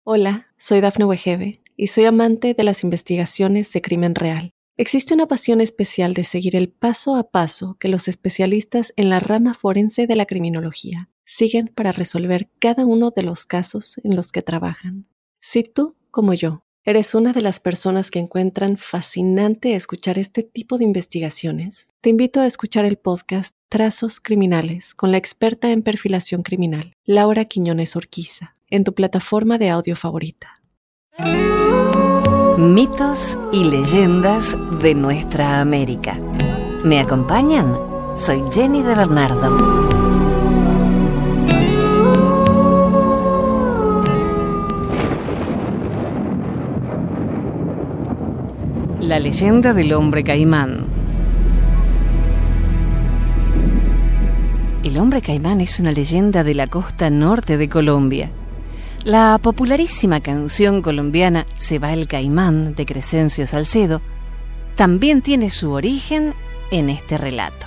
Hola, soy Dafne Wegebe y soy amante de las investigaciones de crimen real. Existe una pasión especial de seguir el paso a paso que los especialistas en la rama forense de la criminología siguen para resolver cada uno de los casos en los que trabajan. Si tú, como yo, eres una de las personas que encuentran fascinante escuchar este tipo de investigaciones, te invito a escuchar el podcast Trazos Criminales con la experta en perfilación criminal, Laura Quiñones Orquiza, en tu plataforma de audio favorita. Mitos y leyendas de nuestra América. ¿Me acompañan? Soy Jenny de Bernardo. La leyenda del hombre caimán. El hombre caimán es una leyenda de la costa norte de Colombia. La popularísima canción colombiana Se va el caimán, de Crescencio Salcedo, también tiene su origen en este relato.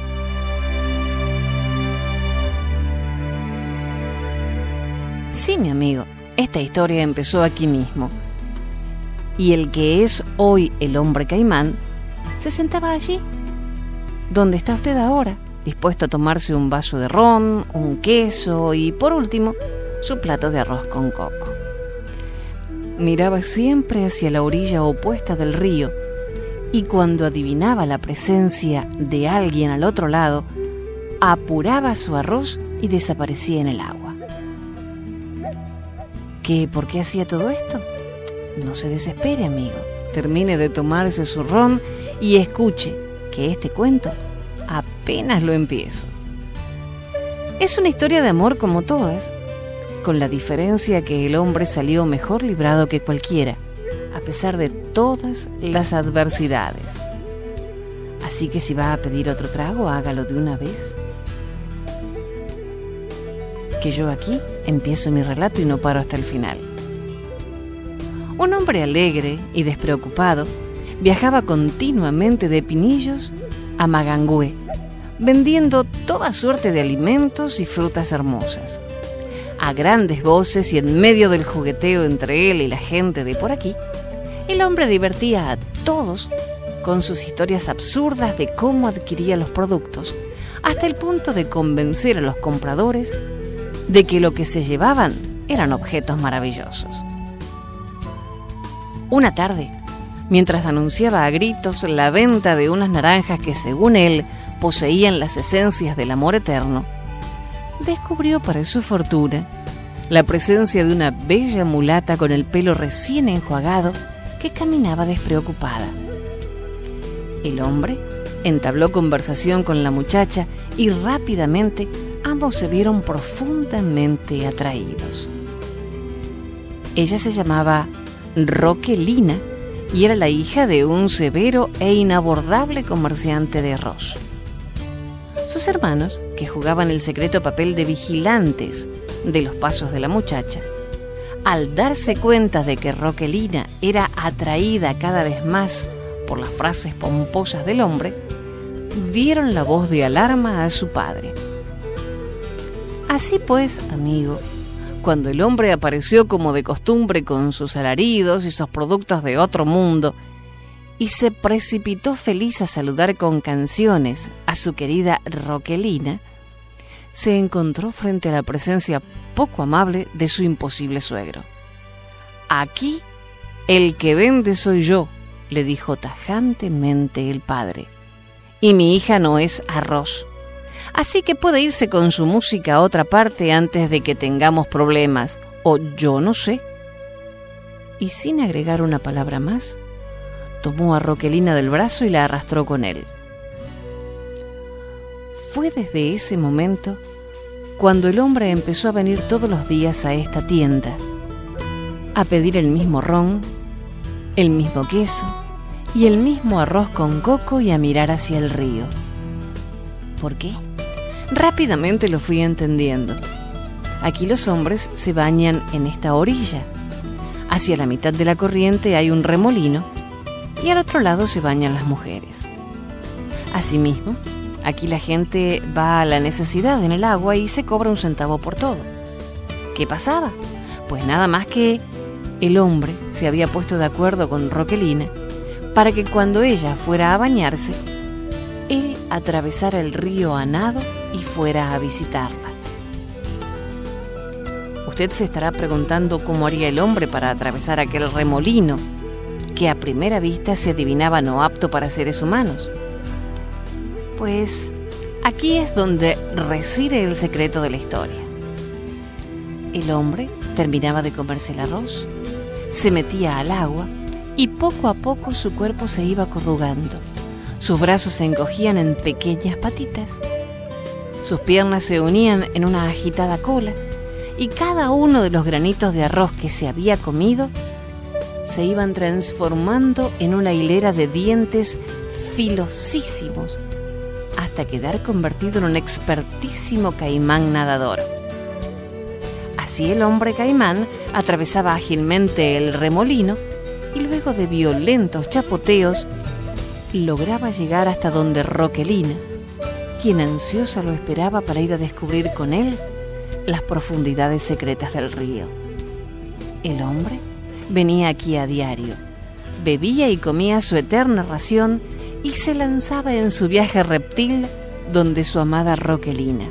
Sí, mi amigo, esta historia empezó aquí mismo. Y el que es hoy el hombre caimán se sentaba allí, donde está usted ahora, dispuesto a tomarse un vaso de ron, un queso y, por último, su plato de arroz con coco. Miraba siempre hacia la orilla opuesta del río y cuando adivinaba la presencia de alguien al otro lado, apuraba su arroz y desaparecía en el agua. ¿Por qué hacía todo esto? No se desespere, amigo. Termine de tomarse su ron y escuche que este cuento apenas lo empiezo. Es una historia de amor como todas, con la diferencia que el hombre salió mejor librado que cualquiera, a pesar de todas las adversidades. Así que si va a pedir otro trago, hágalo de una vez. Que yo aquí empiezo mi relato y no paro hasta el final. Un hombre alegre y despreocupado viajaba continuamente de Pinillos a Magangué, vendiendo toda suerte de alimentos y frutas hermosas. A grandes voces y en medio del jugueteo entre él y la gente de por aquí, el hombre divertía a todos con sus historias absurdas de cómo adquiría los productos, hasta el punto de convencer a los compradores de que lo que se llevaban eran objetos maravillosos. Una tarde, mientras anunciaba a gritos la venta de unas naranjas que, según él, poseían las esencias del amor eterno, descubrió para su fortuna la presencia de una bella mulata con el pelo recién enjuagado que caminaba despreocupada. El hombre entabló conversación con la muchacha y rápidamente ambos se vieron profundamente atraídos. Ella se llamaba Roquelina y era la hija de un severo e inabordable comerciante de arroz. Sus hermanos, que jugaban el secreto papel de vigilantes de los pasos de la muchacha, al darse cuenta de que Roquelina era atraída cada vez más por las frases pomposas del hombre, dieron la voz de alarma a su padre. Así pues, amigo, cuando el hombre apareció como de costumbre con sus alaridos y sus productos de otro mundo y se precipitó feliz a saludar con canciones a su querida Roquelina, se encontró frente a la presencia poco amable de su imposible suegro. «Aquí el que vende soy yo», le dijo tajantemente el padre, «y mi hija no es arroz. Así que puede irse con su música a otra parte antes de que tengamos problemas, o yo no sé». Y sin agregar una palabra más, tomó a Roquelina del brazo y la arrastró con él. Fue desde ese momento cuando el hombre empezó a venir todos los días a esta tienda, a pedir el mismo ron, el mismo queso y el mismo arroz con coco y a mirar hacia el río. ¿Por qué? Rápidamente lo fui entendiendo. Aquí los hombres se bañan en esta orilla. Hacia la mitad de la corriente hay un remolino y al otro lado se bañan las mujeres. Asimismo, aquí la gente va a la necesidad en el agua y se cobra un centavo por todo. ¿Qué pasaba? Pues nada más que el hombre se había puesto de acuerdo con Roquelina para que cuando ella fuera a bañarse, él atravesara el río a nado y fuera a visitarla. Usted se estará preguntando cómo haría el hombre para atravesar aquel remolino que a primera vista se adivinaba no apto para seres humanos. Pues aquí es donde reside el secreto de la historia. El hombre terminaba de comerse el arroz, se metía al agua y poco a poco su cuerpo se iba corrugando. Sus brazos se encogían en pequeñas patitas, sus piernas se unían en una agitada cola y cada uno de los granitos de arroz que se había comido se iban transformando en una hilera de dientes filosísimos hasta quedar convertido en un expertísimo caimán nadador. Así el hombre caimán atravesaba ágilmente el remolino y luego de violentos chapoteos lograba llegar hasta donde Roquelina, quien ansiosa lo esperaba para ir a descubrir con él las profundidades secretas del río. El hombre venía aquí a diario, bebía y comía su eterna ración y se lanzaba en su viaje reptil donde su amada Roquelina.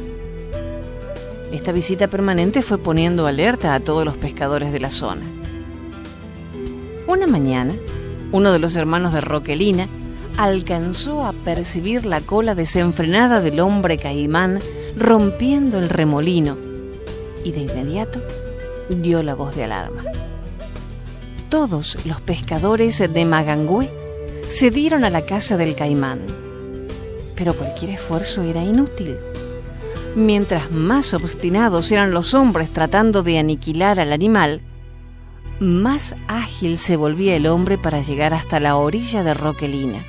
Esta visita permanente fue poniendo alerta a todos los pescadores de la zona. Una mañana, uno de los hermanos de Roquelina alcanzó a percibir la cola desenfrenada del hombre caimán rompiendo el remolino y de inmediato dio la voz de alarma. Todos los pescadores de Magangüe se dieron a la casa del caimán, pero cualquier esfuerzo era inútil. Mientras más obstinados eran los hombres tratando de aniquilar al animal, más ágil se volvía el hombre para llegar hasta la orilla de Roquelina.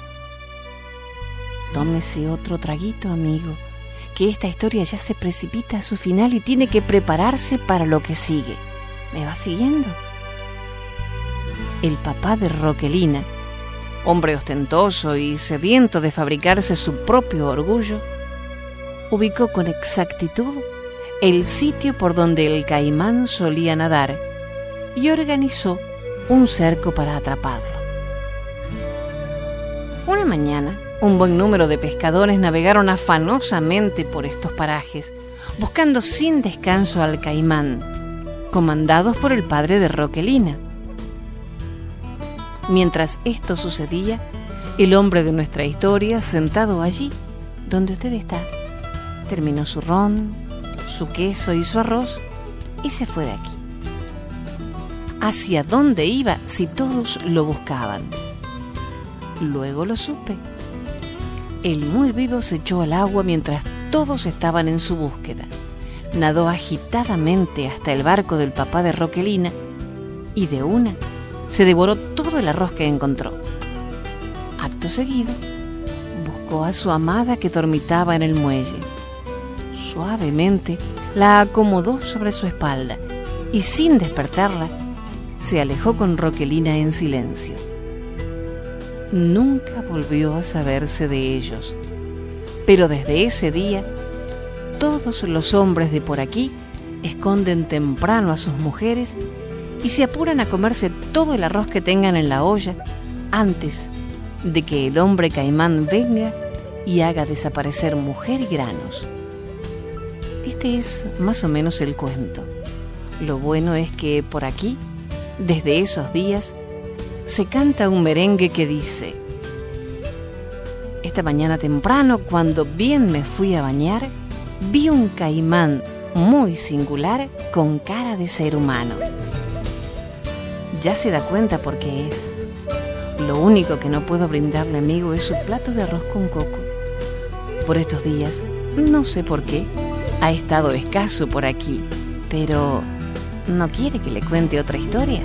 Tómese otro traguito, amigo, que esta historia ya se precipita a su final y tiene que prepararse para lo que sigue. ¿Me va siguiendo? El papá de Roquelina, hombre ostentoso y sediento de fabricarse su propio orgullo, ubicó con exactitud el sitio por donde el caimán solía nadar y organizó un cerco para atraparlo. Una mañana, un buen número de pescadores navegaron afanosamente por estos parajes, buscando sin descanso al caimán, comandados por el padre de Roquelina. Mientras esto sucedía, el hombre de nuestra historia, sentado allí donde usted está, terminó su ron, su queso y su arroz y se fue de aquí. ¿Hacia dónde iba si todos lo buscaban? Luego lo supe. El muy vivo se echó al agua mientras todos estaban en su búsqueda. Nadó agitadamente hasta el barco del papá de Roquelina y de una se devoró todo el arroz que encontró. Acto seguido, buscó a su amada que dormitaba en el muelle. Suavemente la acomodó sobre su espalda y sin despertarla, se alejó con Roquelina en silencio. Nunca volvió a saberse de ellos, pero desde ese día, todos los hombres de por aquí esconden temprano a sus mujeres y se apuran a comerse todo el arroz que tengan en la olla antes de que el hombre caimán venga y haga desaparecer mujer y granos. Este es más o menos el cuento. Lo bueno es que por aquí, desde esos días, se canta un merengue que dice: esta mañana temprano, cuando bien me fui a bañar, vi un caimán muy singular con cara de ser humano. Ya se da cuenta por qué es. Lo único que no puedo brindarle, amigo, es su plato de arroz con coco. Por estos días, no sé por qué, ha estado escaso por aquí, pero ¿no quiere que le cuente otra historia?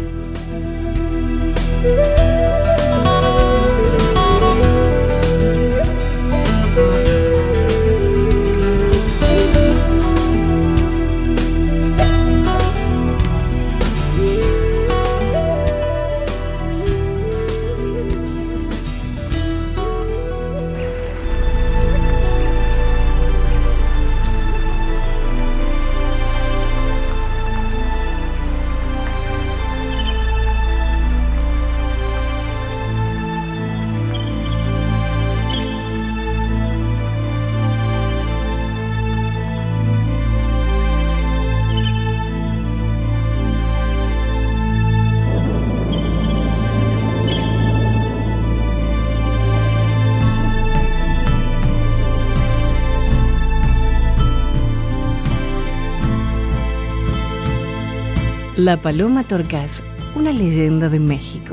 La paloma torcaz, una leyenda de México.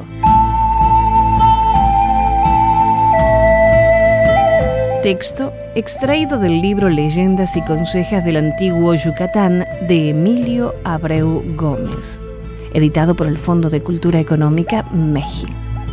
Texto extraído del libro Leyendas y Consejas del Antiguo Yucatán de Emilio Abreu Gómez, editado por el Fondo de Cultura Económica México.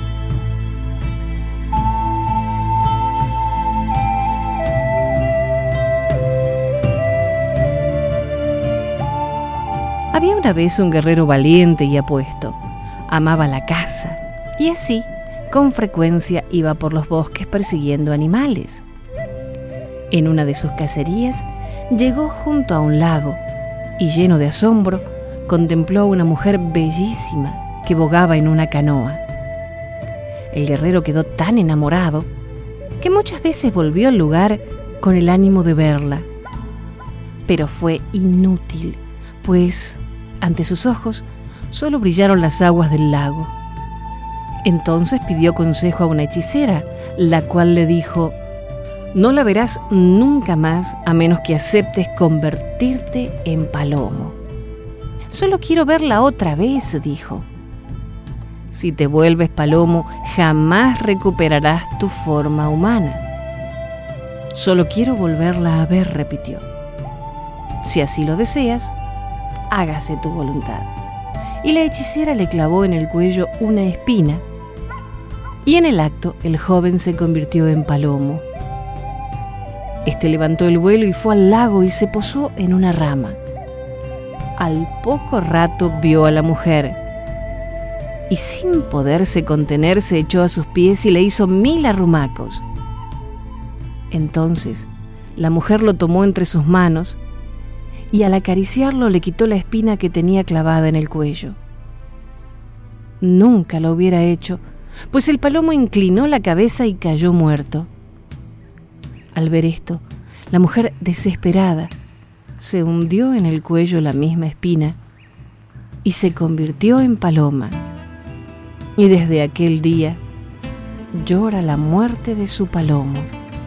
Había una vez un guerrero valiente y apuesto. Amaba la caza y así, con frecuencia, iba por los bosques persiguiendo animales. En una de sus cacerías, llegó junto a un lago y, lleno de asombro, contempló a una mujer bellísima que bogaba en una canoa. El guerrero quedó tan enamorado que muchas veces volvió al lugar con el ánimo de verla. Pero fue inútil, pues ante sus ojos solo brillaron las aguas del lago. Entonces pidió consejo a una hechicera, la cual le dijo: «No la verás nunca más a menos que aceptes convertirte en palomo». «Solo quiero verla otra vez», dijo. «Si te vuelves palomo, jamás recuperarás tu forma humana». «Solo quiero volverla a ver», repitió. «Si así lo deseas, hágase tu voluntad». Y la hechicera le clavó en el cuello una espina, y en el acto el joven se convirtió en palomo. Este levantó el vuelo y fue al lago y se posó en una rama. Al poco rato vio a la mujer y, sin poderse contener, se echó a sus pies y le hizo 1000 arrumacos. Entonces la mujer lo tomó entre sus manos y, al acariciarlo, le quitó la espina que tenía clavada en el cuello. Nunca lo hubiera hecho, pues el palomo inclinó la cabeza y cayó muerto. Al ver esto, la mujer, desesperada, se hundió en el cuello la misma espina y se convirtió en paloma. Y desde aquel día llora la muerte de su palomo.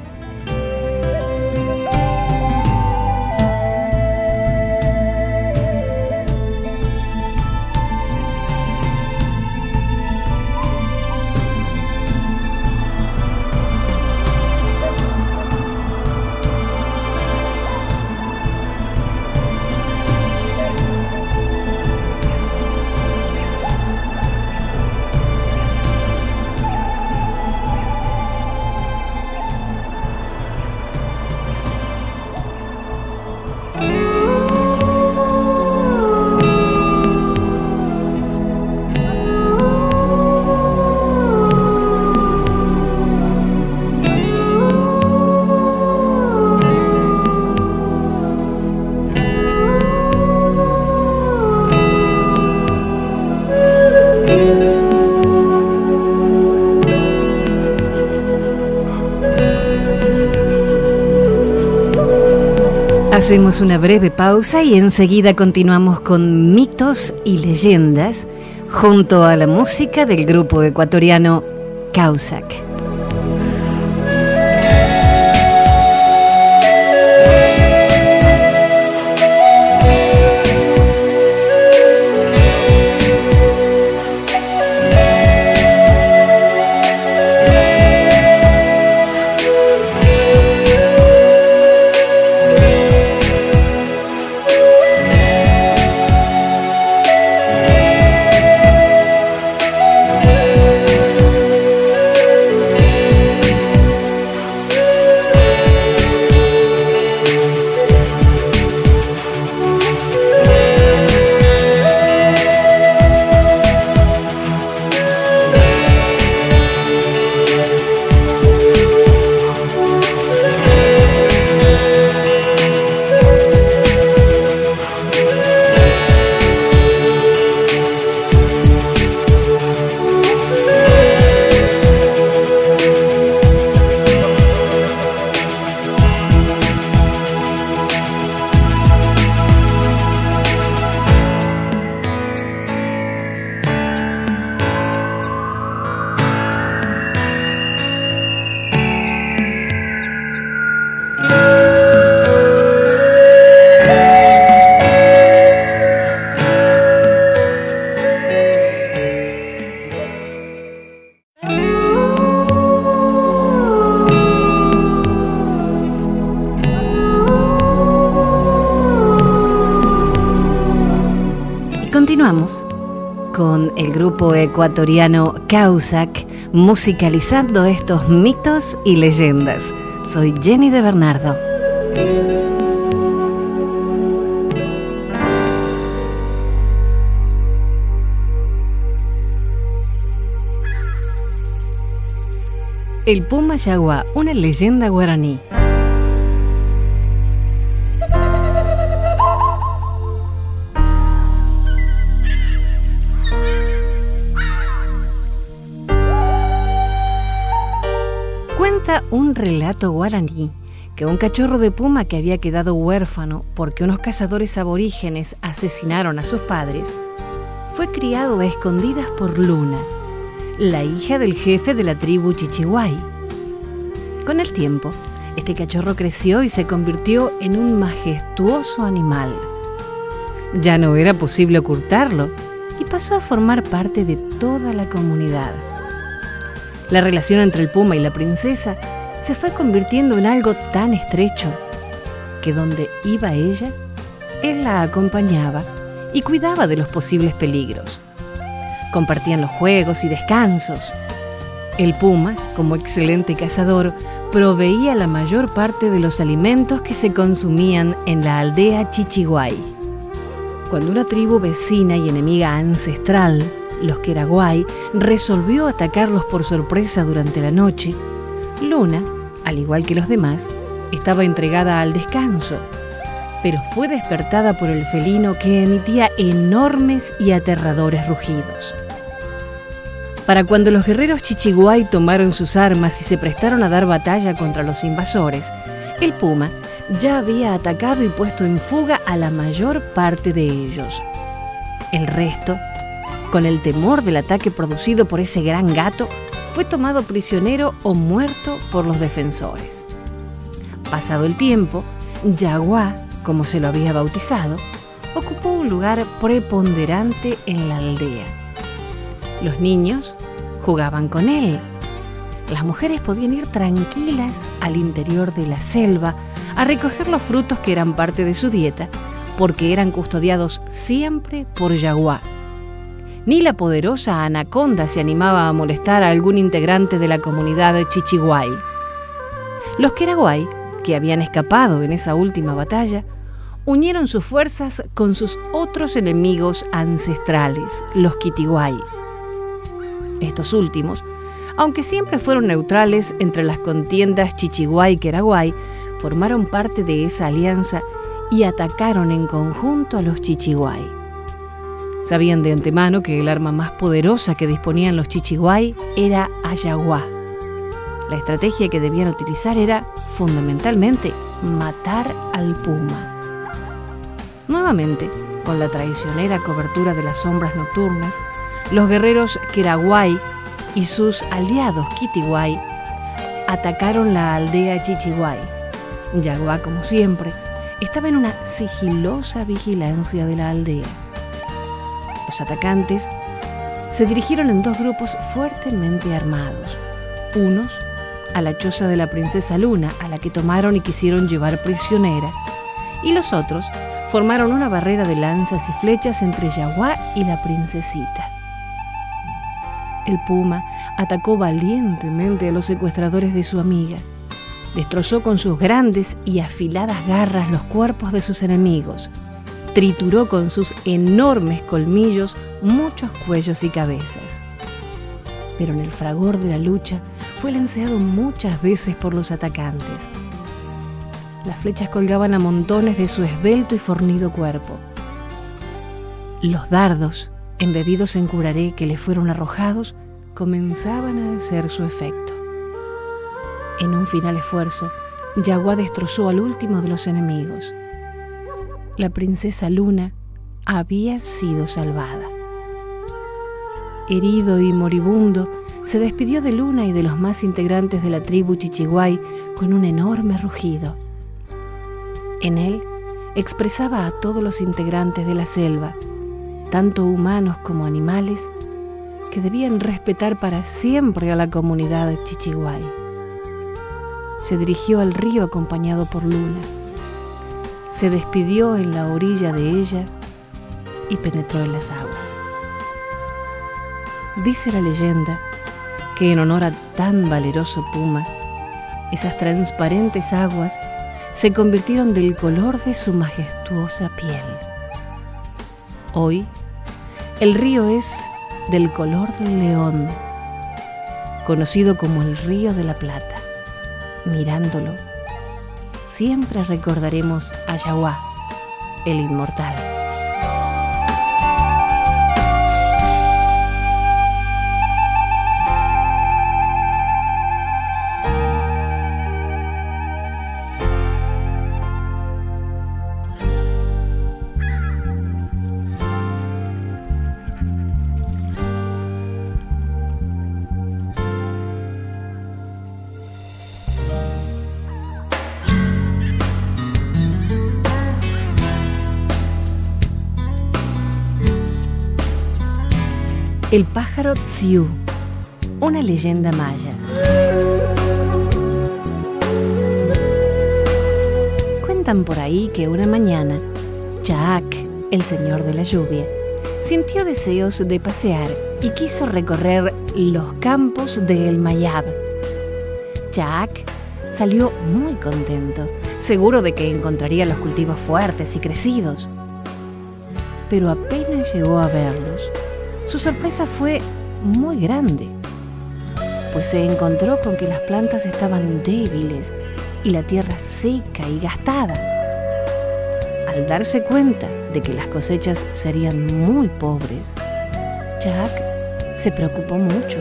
Hacemos una breve pausa y enseguida continuamos con mitos y leyendas junto a la música del grupo ecuatoriano Causac. Continuamos con el grupo ecuatoriano Causac, musicalizando estos mitos y leyendas. Soy Jenny de Bernardo. El Puma Yaguá, una leyenda guaraní. Cuenta un relato guaraní que un cachorro de puma que había quedado huérfano porque unos cazadores aborígenes asesinaron a sus padres, fue criado a escondidas por Luna, la hija del jefe de la tribu Chichiguay. Con el tiempo, este cachorro creció y se convirtió en un majestuoso animal. Ya no era posible ocultarlo y pasó a formar parte de toda la comunidad. La relación entre el puma y la princesa se fue convirtiendo en algo tan estrecho que donde iba ella, él la acompañaba y cuidaba de los posibles peligros. Compartían los juegos y descansos. El puma, como excelente cazador, proveía la mayor parte de los alimentos que se consumían en la aldea Chichiguay. Cuando una tribu vecina y enemiga ancestral, los Queraguay, resolvió atacarlos por sorpresa durante la noche, Luna, al igual que los demás, estaba entregada al descanso, pero fue despertada por el felino que emitía enormes y aterradores rugidos. Para cuando los guerreros Chichiguay tomaron sus armas y se prestaron a dar batalla contra los invasores, el puma ya había atacado y puesto en fuga a la mayor parte de ellos. El resto, con el temor del ataque producido por ese gran gato, fue tomado prisionero o muerto por los defensores. Pasado el tiempo, Yaguá, como se lo había bautizado, ocupó un lugar preponderante en la aldea. Los niños jugaban con él. Las mujeres podían ir tranquilas al interior de la selva a recoger los frutos que eran parte de su dieta, porque eran custodiados siempre por Yaguá. Ni la poderosa anaconda se animaba a molestar a algún integrante de la comunidad de Chichiguay. Los Queraguay, que habían escapado en esa última batalla, unieron sus fuerzas con sus otros enemigos ancestrales, los Quitiguay. Estos últimos, aunque siempre fueron neutrales entre las contiendas Chichiguay y Queraguay, formaron parte de esa alianza y atacaron en conjunto a los Chichiguay. Sabían de antemano que el arma más poderosa que disponían los Chichiguay era Yaguá. La estrategia que debían utilizar era, fundamentalmente, matar al puma. Nuevamente, con la traicionera cobertura de las sombras nocturnas, los guerreros Queraguay y sus aliados Quitiguay atacaron la aldea Chichiguay. Yaguá, como siempre, estaba en una sigilosa vigilancia de la aldea. Los atacantes se dirigieron en dos grupos fuertemente armados. Unos a la choza de la princesa Luna, a la que tomaron y quisieron llevar prisionera, y los otros formaron una barrera de lanzas y flechas entre Yaguá y la princesita. El puma atacó valientemente a los secuestradores de su amiga. Destrozó con sus grandes y afiladas garras los cuerpos de sus enemigos. Trituró con sus enormes colmillos muchos cuellos y cabezas. Pero en el fragor de la lucha fue lanceado muchas veces por los atacantes. Las flechas colgaban a montones de su esbelto y fornido cuerpo. Los dardos, embebidos en curaré que le fueron arrojados, comenzaban a hacer su efecto. En un final esfuerzo, Yaguá destrozó al último de los enemigos. La princesa Luna había sido salvada. Herido y moribundo, se despidió de Luna y de los más integrantes de la tribu Chichiguay con un enorme rugido. En él expresaba a todos los integrantes de la selva, tanto humanos como animales, que debían respetar para siempre a la comunidad de Chichiguay. Se dirigió al río acompañado por Luna. Se despidió en la orilla de ella y penetró en las aguas. Dice la leyenda que en honor a tan valeroso puma, esas transparentes aguas se convirtieron del color de su majestuosa piel. Hoy, el río es del color del león, conocido como el Río de la Plata. Mirándolo, siempre recordaremos a Yaguá, el inmortal. El pájaro Tsiu, una leyenda maya. Cuentan por ahí que una mañana, Chaak, el señor de la lluvia, sintió deseos de pasear y quiso recorrer los campos de El Mayab. Chaak salió muy contento, seguro de que encontraría los cultivos fuertes y crecidos. Pero apenas llegó a verlos, su sorpresa fue muy grande, pues se encontró con que las plantas estaban débiles y la tierra seca y gastada. Al darse cuenta de que las cosechas serían muy pobres, Chaak se preocupó mucho.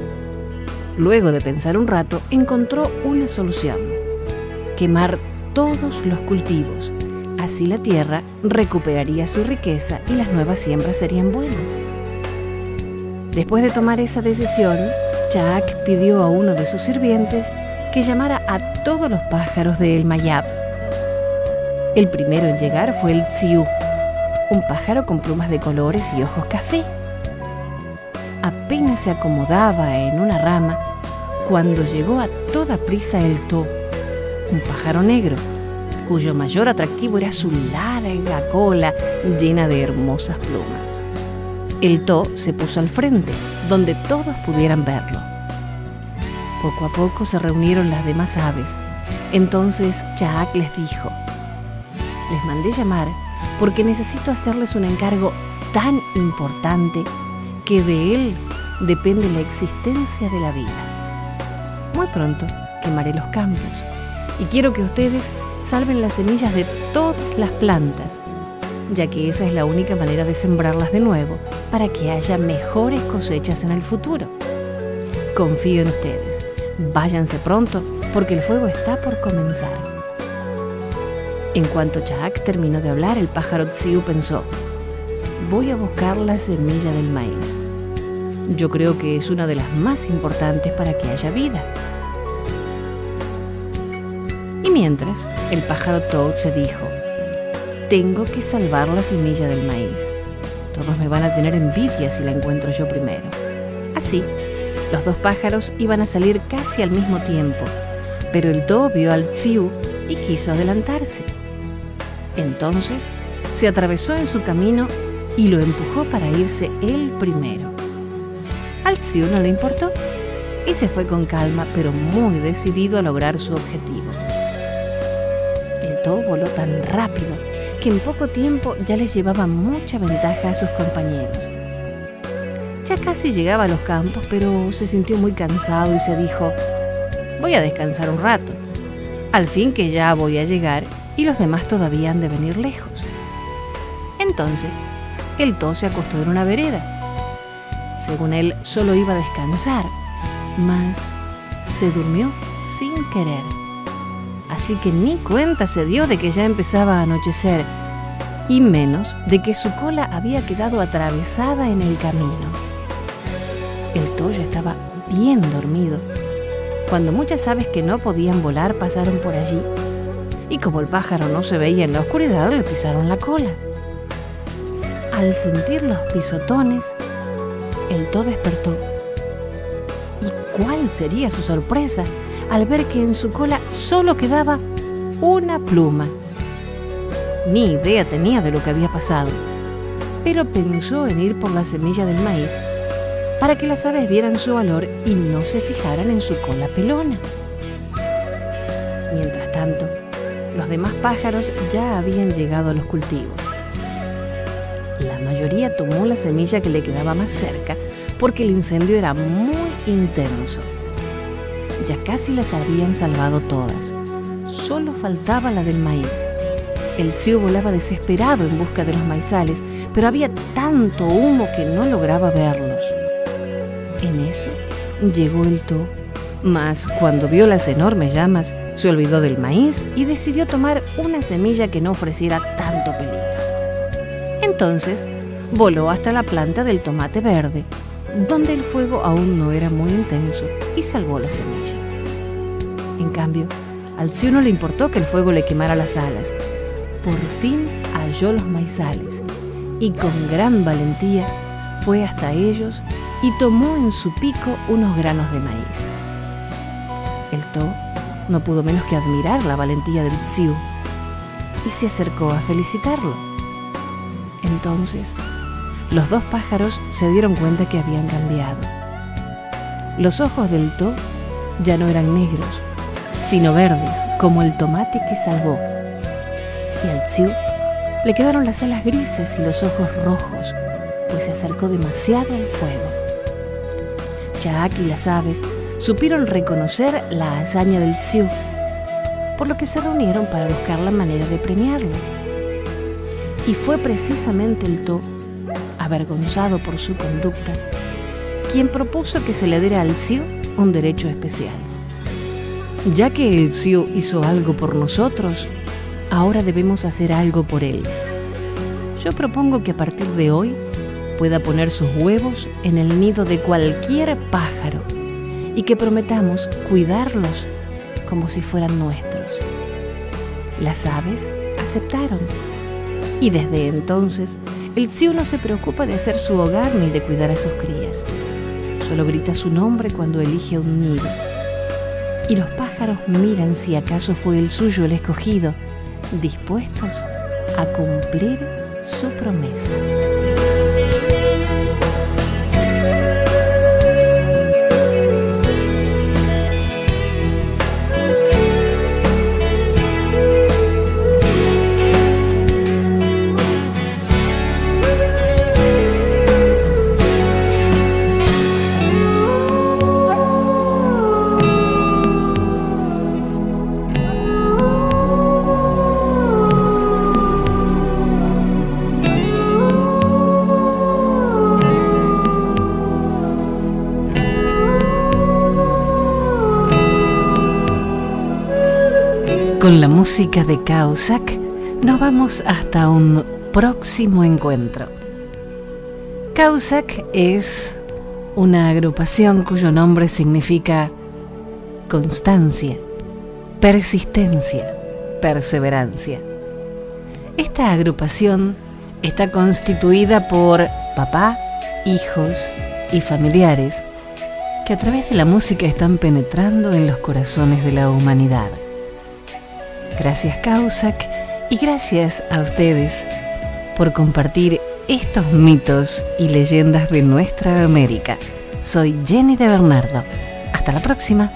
Luego de pensar un rato, encontró una solución: quemar todos los cultivos. Así la tierra recuperaría su riqueza y las nuevas siembras serían buenas. Después de tomar esa decisión, Chaak pidió a uno de sus sirvientes que llamara a todos los pájaros de El Mayab. El primero en llegar fue el Tsiu, un pájaro con plumas de colores y ojos café. Apenas se acomodaba en una rama cuando llegó a toda prisa el To, un pájaro negro, cuyo mayor atractivo era su larga cola llena de hermosas plumas. El To se puso al frente, donde todos pudieran verlo. Poco a poco se reunieron las demás aves. Entonces Chaak les dijo: les mandé llamar porque necesito hacerles un encargo tan importante que de él depende la existencia de la vida. Muy pronto quemaré los campos y quiero que ustedes salven las semillas de todas las plantas, ya que esa es la única manera de sembrarlas de nuevo para que haya mejores cosechas en el futuro. Confío en ustedes. Váyanse pronto, porque el fuego está por comenzar. En cuanto Chaak terminó de hablar, el pájaro Tsiu pensó: voy a buscar la semilla del maíz. Yo creo que es una de las más importantes para que haya vida. Y mientras, el pájaro To se dijo: tengo que salvar la semilla del maíz. Todos me van a tener envidia si la encuentro yo primero. Así, los dos pájaros iban a salir casi al mismo tiempo, pero el To vio al Tsiu y quiso adelantarse. Entonces, se atravesó en su camino y lo empujó para irse él primero. Al Tsiu no le importó y se fue con calma, pero muy decidido a lograr su objetivo. El To voló tan rápido que en poco tiempo ya les llevaba mucha ventaja a sus compañeros. Ya casi llegaba a los campos, pero se sintió muy cansado y se dijo: voy a descansar un rato. Al fin que ya voy a llegar y los demás todavía han de venir lejos. Entonces, el To se acostó en una vereda. Según él, solo iba a descansar, mas se durmió sin querer. Así que ni cuenta se dio de que ya empezaba a anochecer, y menos de que su cola había quedado atravesada en el camino. El To ya estaba bien dormido, cuando muchas aves que no podían volar pasaron por allí, y como el pájaro no se veía en la oscuridad, le pisaron la cola. Al sentir los pisotones, el To despertó. ¿Y cuál sería su sorpresa al ver que en su cola solo quedaba una pluma? Ni idea tenía de lo que había pasado, pero pensó en ir por la semilla del maíz para que las aves vieran su valor y no se fijaran en su cola pelona. Mientras tanto, los demás pájaros ya habían llegado a los cultivos. La mayoría tomó la semilla que le quedaba más cerca porque el incendio era muy intenso. Ya casi las habían salvado todas. Solo faltaba la del maíz. El tsiu volaba desesperado en busca de los maizales, pero había tanto humo que no lograba verlos. En eso llegó el to, mas cuando vio las enormes llamas, se olvidó del maíz y decidió tomar una semilla que no ofreciera tanto peligro. Entonces voló hasta la planta del tomate verde, donde el fuego aún no era muy intenso, y salvó las semillas. En cambio, al tsiu no le importó que el fuego le quemara las alas. Por fin halló los maizales y con gran valentía fue hasta ellos y tomó en su pico unos granos de maíz. El to no pudo menos que admirar la valentía del tsiu y se acercó a felicitarlo. Entonces, los dos pájaros se dieron cuenta que habían cambiado. Los ojos del to ya no eran negros, sino verdes, como el tomate que salvó. Y al tsiu le quedaron las alas grises y los ojos rojos, pues se acercó demasiado al fuego. Chaak y las aves supieron reconocer la hazaña del tsiu, por lo que se reunieron para buscar la manera de premiarlo. Y fue precisamente el to, avergonzado por su conducta, quien propuso que se le diera al tsiu un derecho especial. Ya que el tsiu hizo algo por nosotros, ahora debemos hacer algo por él. Yo propongo que a partir de hoy pueda poner sus huevos en el nido de cualquier pájaro y que prometamos cuidarlos como si fueran nuestros. Las aves aceptaron y desde entonces el tsiu no se preocupa de hacer su hogar ni de cuidar a sus crías. Solo grita su nombre cuando elige un nido. Y los pájaros miran si acaso fue el suyo el escogido, dispuestos a cumplir su promesa. Con la música de Causac nos vamos hasta un próximo encuentro. Causac es una agrupación cuyo nombre significa constancia, persistencia, perseverancia. Esta agrupación está constituida por papá, hijos y familiares que a través de la música están penetrando en los corazones de la humanidad. Gracias Causac y gracias a ustedes por compartir estos mitos y leyendas de nuestra América. Soy Jenny de Bernardo. Hasta la próxima.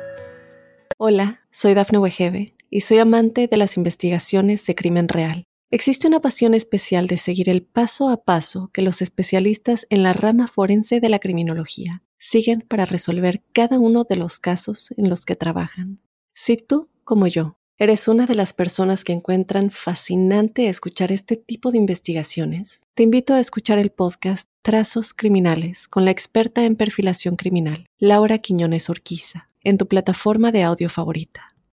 Hola, soy Dafne Wegebe y soy amante de las investigaciones de crimen real. Existe una pasión especial de seguir el paso a paso que los especialistas en la rama forense de la criminología siguen para resolver cada uno de los casos en los que trabajan. Si tú, como yo, eres una de las personas que encuentran fascinante escuchar este tipo de investigaciones, te invito a escuchar el podcast Trazos Criminales con la experta en perfilación criminal, Laura Quiñones Orquiza, en tu plataforma de audio favorita.